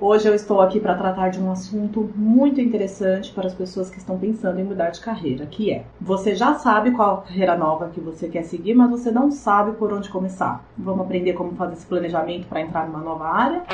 Hoje eu estou aqui para tratar de um assunto muito interessante para as pessoas que estão pensando em mudar de carreira, que é: você já sabe qual a carreira nova que você quer seguir, mas você não sabe por onde começar. Vamos aprender como fazer esse planejamento para entrar numa nova área?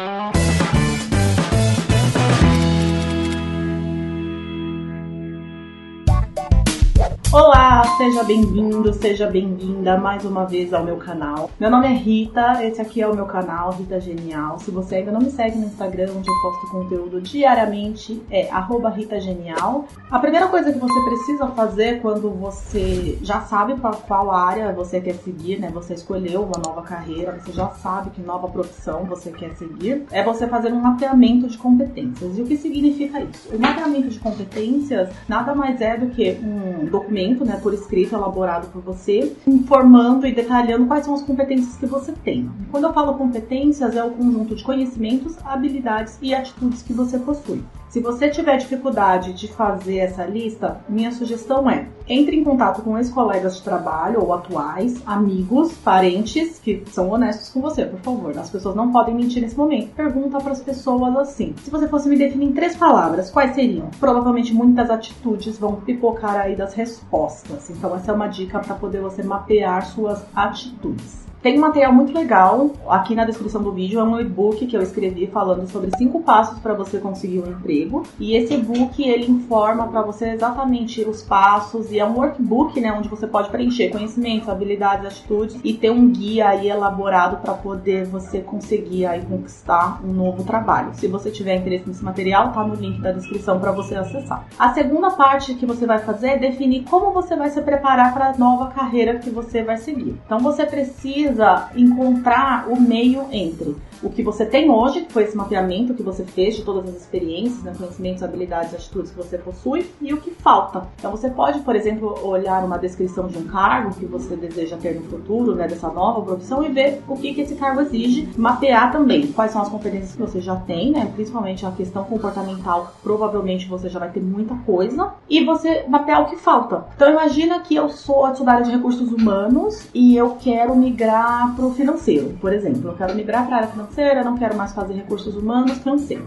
Olá, seja bem-vindo, seja bem-vinda mais uma vez ao meu canal. Meu nome é Rita, esse aqui é o meu canal, Rita Genial. Se você ainda não me segue no Instagram, onde eu posto conteúdo diariamente, é @RitaGenial. A primeira coisa que você precisa fazer quando você já sabe para qual área você quer seguir, né? Você escolheu uma nova carreira, você já sabe que nova profissão você quer seguir, é você fazer um mapeamento de competências. E o que significa isso? O mapeamento de competências nada mais é do que um documento, né, por escrito, elaborado por você, informando e detalhando quais são as competências que você tem. Quando eu falo competências, é o conjunto de conhecimentos, habilidades e atitudes que você possui. Se você tiver dificuldade de fazer essa lista, minha sugestão é: entre em contato com ex-colegas de trabalho ou atuais, amigos, parentes que são honestos com você, por favor. As pessoas não podem mentir nesse momento. Pergunta para as pessoas assim: se você fosse me definir em 3 palavras, quais seriam? Provavelmente muitas atitudes vão pipocar aí das respostas. Então essa é uma dica para poder você mapear suas atitudes. Tem um material muito legal aqui na descrição do vídeo, é um e-book que eu escrevi falando sobre 5 passos para você conseguir um emprego. E esse e-book, ele informa para você exatamente os passos, e é um workbook, né, onde você pode preencher conhecimentos, habilidades, atitudes e ter um guia aí elaborado para poder você conseguir aí conquistar um novo trabalho. Se você tiver interesse nesse material, tá no link da descrição para você acessar. A segunda parte que você vai fazer é definir como você vai se preparar para a nova carreira que você vai seguir. Então você precisa encontrar o meio entre o que você tem hoje, que foi esse mapeamento que você fez de todas as experiências, né, conhecimentos, habilidades, atitudes que você possui, e o que falta. Então você pode, por exemplo, olhar uma descrição de um cargo que você deseja ter no futuro, né, dessa nova profissão, e ver o que esse cargo exige, mapear também quais são as competências que você já tem, né, principalmente a questão comportamental, provavelmente você já vai ter muita coisa, e você mapear o que falta. Então imagina que eu sou da área de recursos humanos e eu quero migrar para o financeiro, por exemplo. Eu quero migrar para a área financeira, não quero mais fazer recursos humanos, cansei.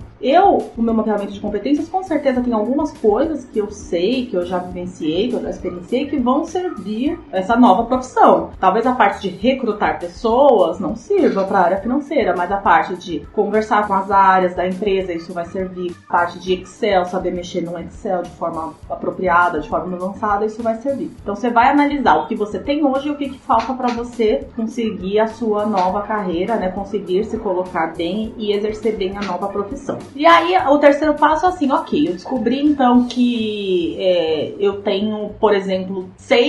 O meu mapeamento de competências, com certeza tem algumas coisas que eu sei, que eu já vivenciei, que eu já experienciei, que vão servir essa nova profissão. Talvez a parte de recrutar pessoas não sirva para a área financeira, mas a parte de conversar com as áreas da empresa, isso vai servir. A parte de Excel, saber mexer no Excel de forma apropriada, de forma avançada, isso vai servir. Então você vai analisar o que você tem hoje e o que falta para você conseguir a sua nova carreira, né? Conseguir se colocar bem e exercer bem a nova profissão. E aí, o terceiro passo é assim: ok, eu descobri então que eu tenho, por exemplo,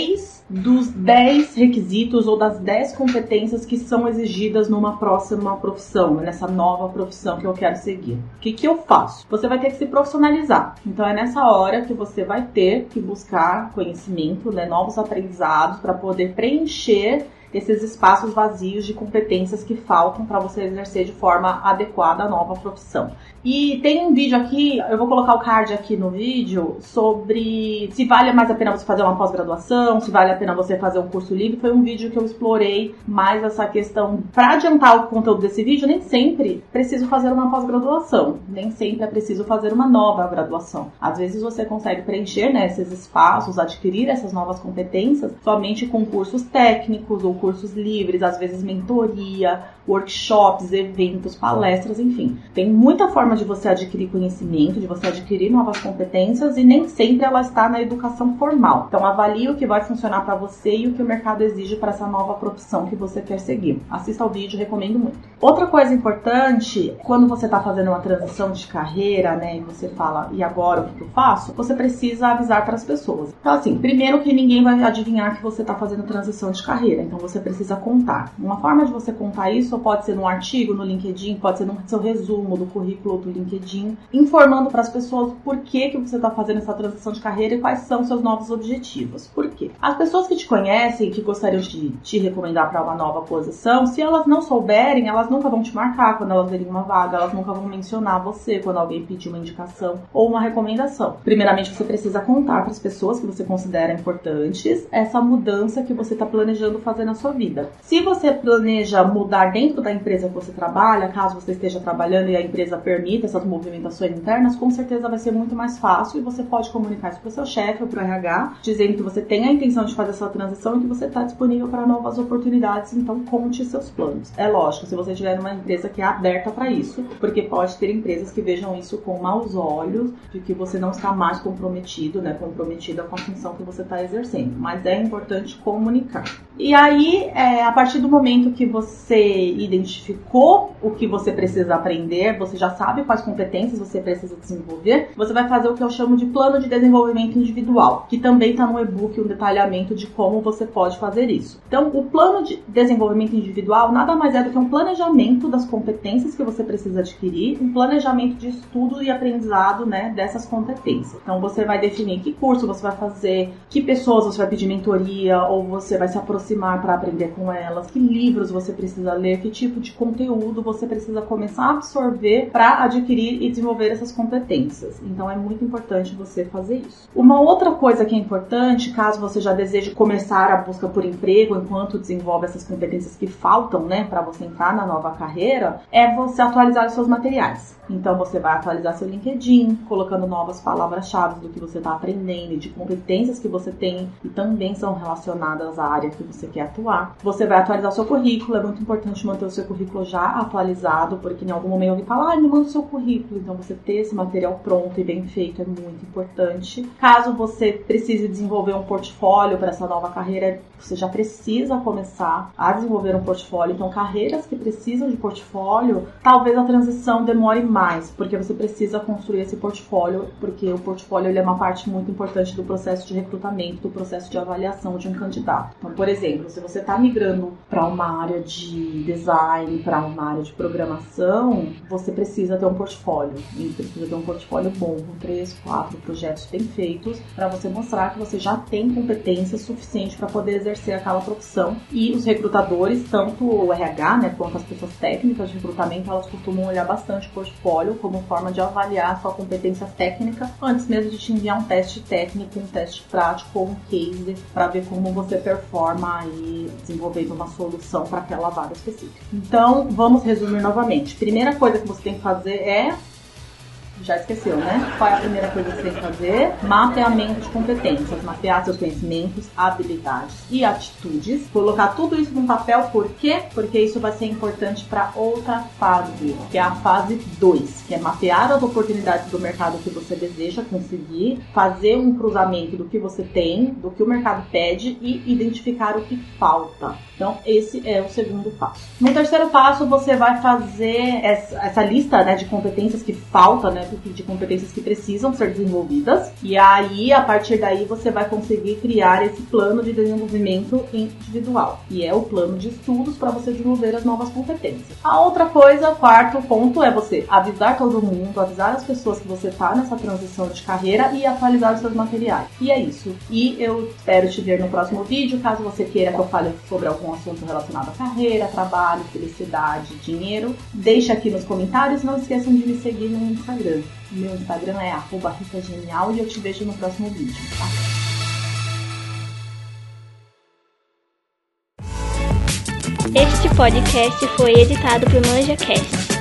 6 dos 10 requisitos ou das 10 competências que são exigidas numa próxima profissão, nessa nova profissão que eu quero seguir. O que eu faço? Você vai ter que se profissionalizar. Então é nessa hora que você vai ter que buscar conhecimento, né, novos aprendizados para poder preencher esses espaços vazios de competências que faltam para você exercer de forma adequada a nova profissão. E tem um vídeo aqui, eu vou colocar o card aqui no vídeo, sobre se vale mais a pena você fazer uma pós-graduação, se vale a pena você fazer um curso livre. Foi um vídeo que eu explorei mais essa questão. Para adiantar o conteúdo desse vídeo, nem sempre preciso fazer uma pós-graduação, nem sempre é preciso fazer uma nova graduação. Às vezes você consegue preencher, né, esses espaços, adquirir essas novas competências somente com cursos técnicos ou cursos livres, às vezes mentoria, workshops, eventos, palestras, enfim. Tem muita forma de você adquirir conhecimento, de você adquirir novas competências, e nem sempre ela está na educação formal. Então avalie o que vai funcionar para você e o que o mercado exige para essa nova profissão que você quer seguir. Assista ao vídeo, recomendo muito. Outra coisa importante, quando você está fazendo uma transição de carreira, né, e você fala: e agora o que eu faço? Você precisa avisar para as pessoas. Então assim, primeiro que ninguém vai adivinhar que você está fazendo transição de carreira, então você precisa contar. Uma forma de você contar isso pode ser num artigo no LinkedIn, pode ser no seu resumo do currículo do LinkedIn, informando para as pessoas por que você está fazendo essa transição de carreira e quais são seus novos objetivos. Por quê? As pessoas que te conhecem, que gostariam de te recomendar para uma nova posição, se elas não souberem, elas nunca vão te marcar quando elas verem uma vaga, elas nunca vão mencionar você quando alguém pedir uma indicação ou uma recomendação. Primeiramente, você precisa contar para as pessoas que você considera importantes essa mudança que você está planejando fazer na sua sua vida. Se você planeja mudar dentro da empresa que você trabalha, caso você esteja trabalhando e a empresa permita essas movimentações internas, com certeza vai ser muito mais fácil e você pode comunicar isso para o seu chefe ou para o RH, dizendo que você tem a intenção de fazer essa transição e que você está disponível para novas oportunidades, então conte seus planos. É lógico, se você estiver numa empresa que é aberta para isso, porque pode ter empresas que vejam isso com maus olhos, de que você não está mais comprometido, né, comprometida com a função que você está exercendo, mas é importante comunicar. E aí, a partir do momento que você identificou o que você precisa aprender, você já sabe quais competências você precisa desenvolver, você vai fazer o que eu chamo de plano de desenvolvimento individual, que também está no e-book um detalhamento de como você pode fazer isso. Então, o plano de desenvolvimento individual nada mais é do que um planejamento das competências que você precisa adquirir, um planejamento de estudo e aprendizado, né, dessas competências. Então, você vai definir que curso você vai fazer, que pessoas você vai pedir mentoria ou você vai se aproximar para aprender com elas, que livros você precisa ler, que tipo de conteúdo você precisa começar a absorver para adquirir e desenvolver essas competências. Então, é muito importante você fazer isso. Uma outra coisa que é importante, caso você já deseje começar a busca por emprego enquanto desenvolve essas competências que faltam, né, para você entrar na nova carreira, é você atualizar os seus materiais. Então, você vai atualizar seu LinkedIn, colocando novas palavras-chave do que você está aprendendo e de competências que você tem e também são relacionadas à área que você quer atuar. Você vai atualizar o seu currículo, é muito importante manter o seu currículo já atualizado, porque em algum momento alguém fala, me manda o seu currículo. Então, você ter esse material pronto e bem feito é muito importante. Caso você precise desenvolver um portfólio para essa nova carreira, você já precisa começar a desenvolver um portfólio. Então, carreiras que precisam de portfólio, talvez a transição demore mais, porque você precisa construir esse portfólio, porque o portfólio ele é uma parte muito importante do processo de recrutamento, do processo de avaliação de um candidato. Então, por exemplo, se você está migrando para uma área de design, para uma área de programação, você precisa ter um portfólio. E precisa ter um portfólio bom, com 3, 4 projetos bem feitos, para você mostrar que você já tem competência suficiente para poder exercer aquela profissão. E os recrutadores, tanto o RH, né, quanto as pessoas técnicas de recrutamento, elas costumam olhar bastante o portfólio como forma de avaliar a sua competência técnica antes mesmo de te enviar um teste técnico, um teste prático ou um case para ver como você performa aí desenvolvendo uma solução para aquela vaga específica. Então, vamos resumir novamente. Primeira coisa que você tem que fazer é... Já esqueceu, né? Qual é a primeira coisa que você tem que fazer? Mapeamento de competências. Mapear seus conhecimentos, habilidades e atitudes. Colocar tudo isso num papel, por quê? Porque isso vai ser importante para outra fase, que é a fase 2, que é mapear as oportunidades do mercado que você deseja conseguir, fazer um cruzamento do que você tem, do que o mercado pede e identificar o que falta. Então, esse é o segundo passo. No terceiro passo, você vai fazer essa lista, né, de competências que falta, né, de competências que precisam ser desenvolvidas. E aí, a partir daí, você vai conseguir criar esse plano de desenvolvimento individual. E é o plano de estudos para você desenvolver as novas competências. A outra coisa, quarto ponto, é você avisar todo mundo, avisar as pessoas que você está nessa transição de carreira e atualizar os seus materiais. E é isso. E eu espero te ver no próximo vídeo. Caso você queira que eu fale sobre algum assunto relacionado à carreira, trabalho, felicidade, dinheiro, deixa aqui nos comentários. Não esqueçam de me seguir no Instagram. Meu Instagram é @ritagenial e eu te vejo no próximo vídeo, tá? Este podcast foi editado por ManjaCast.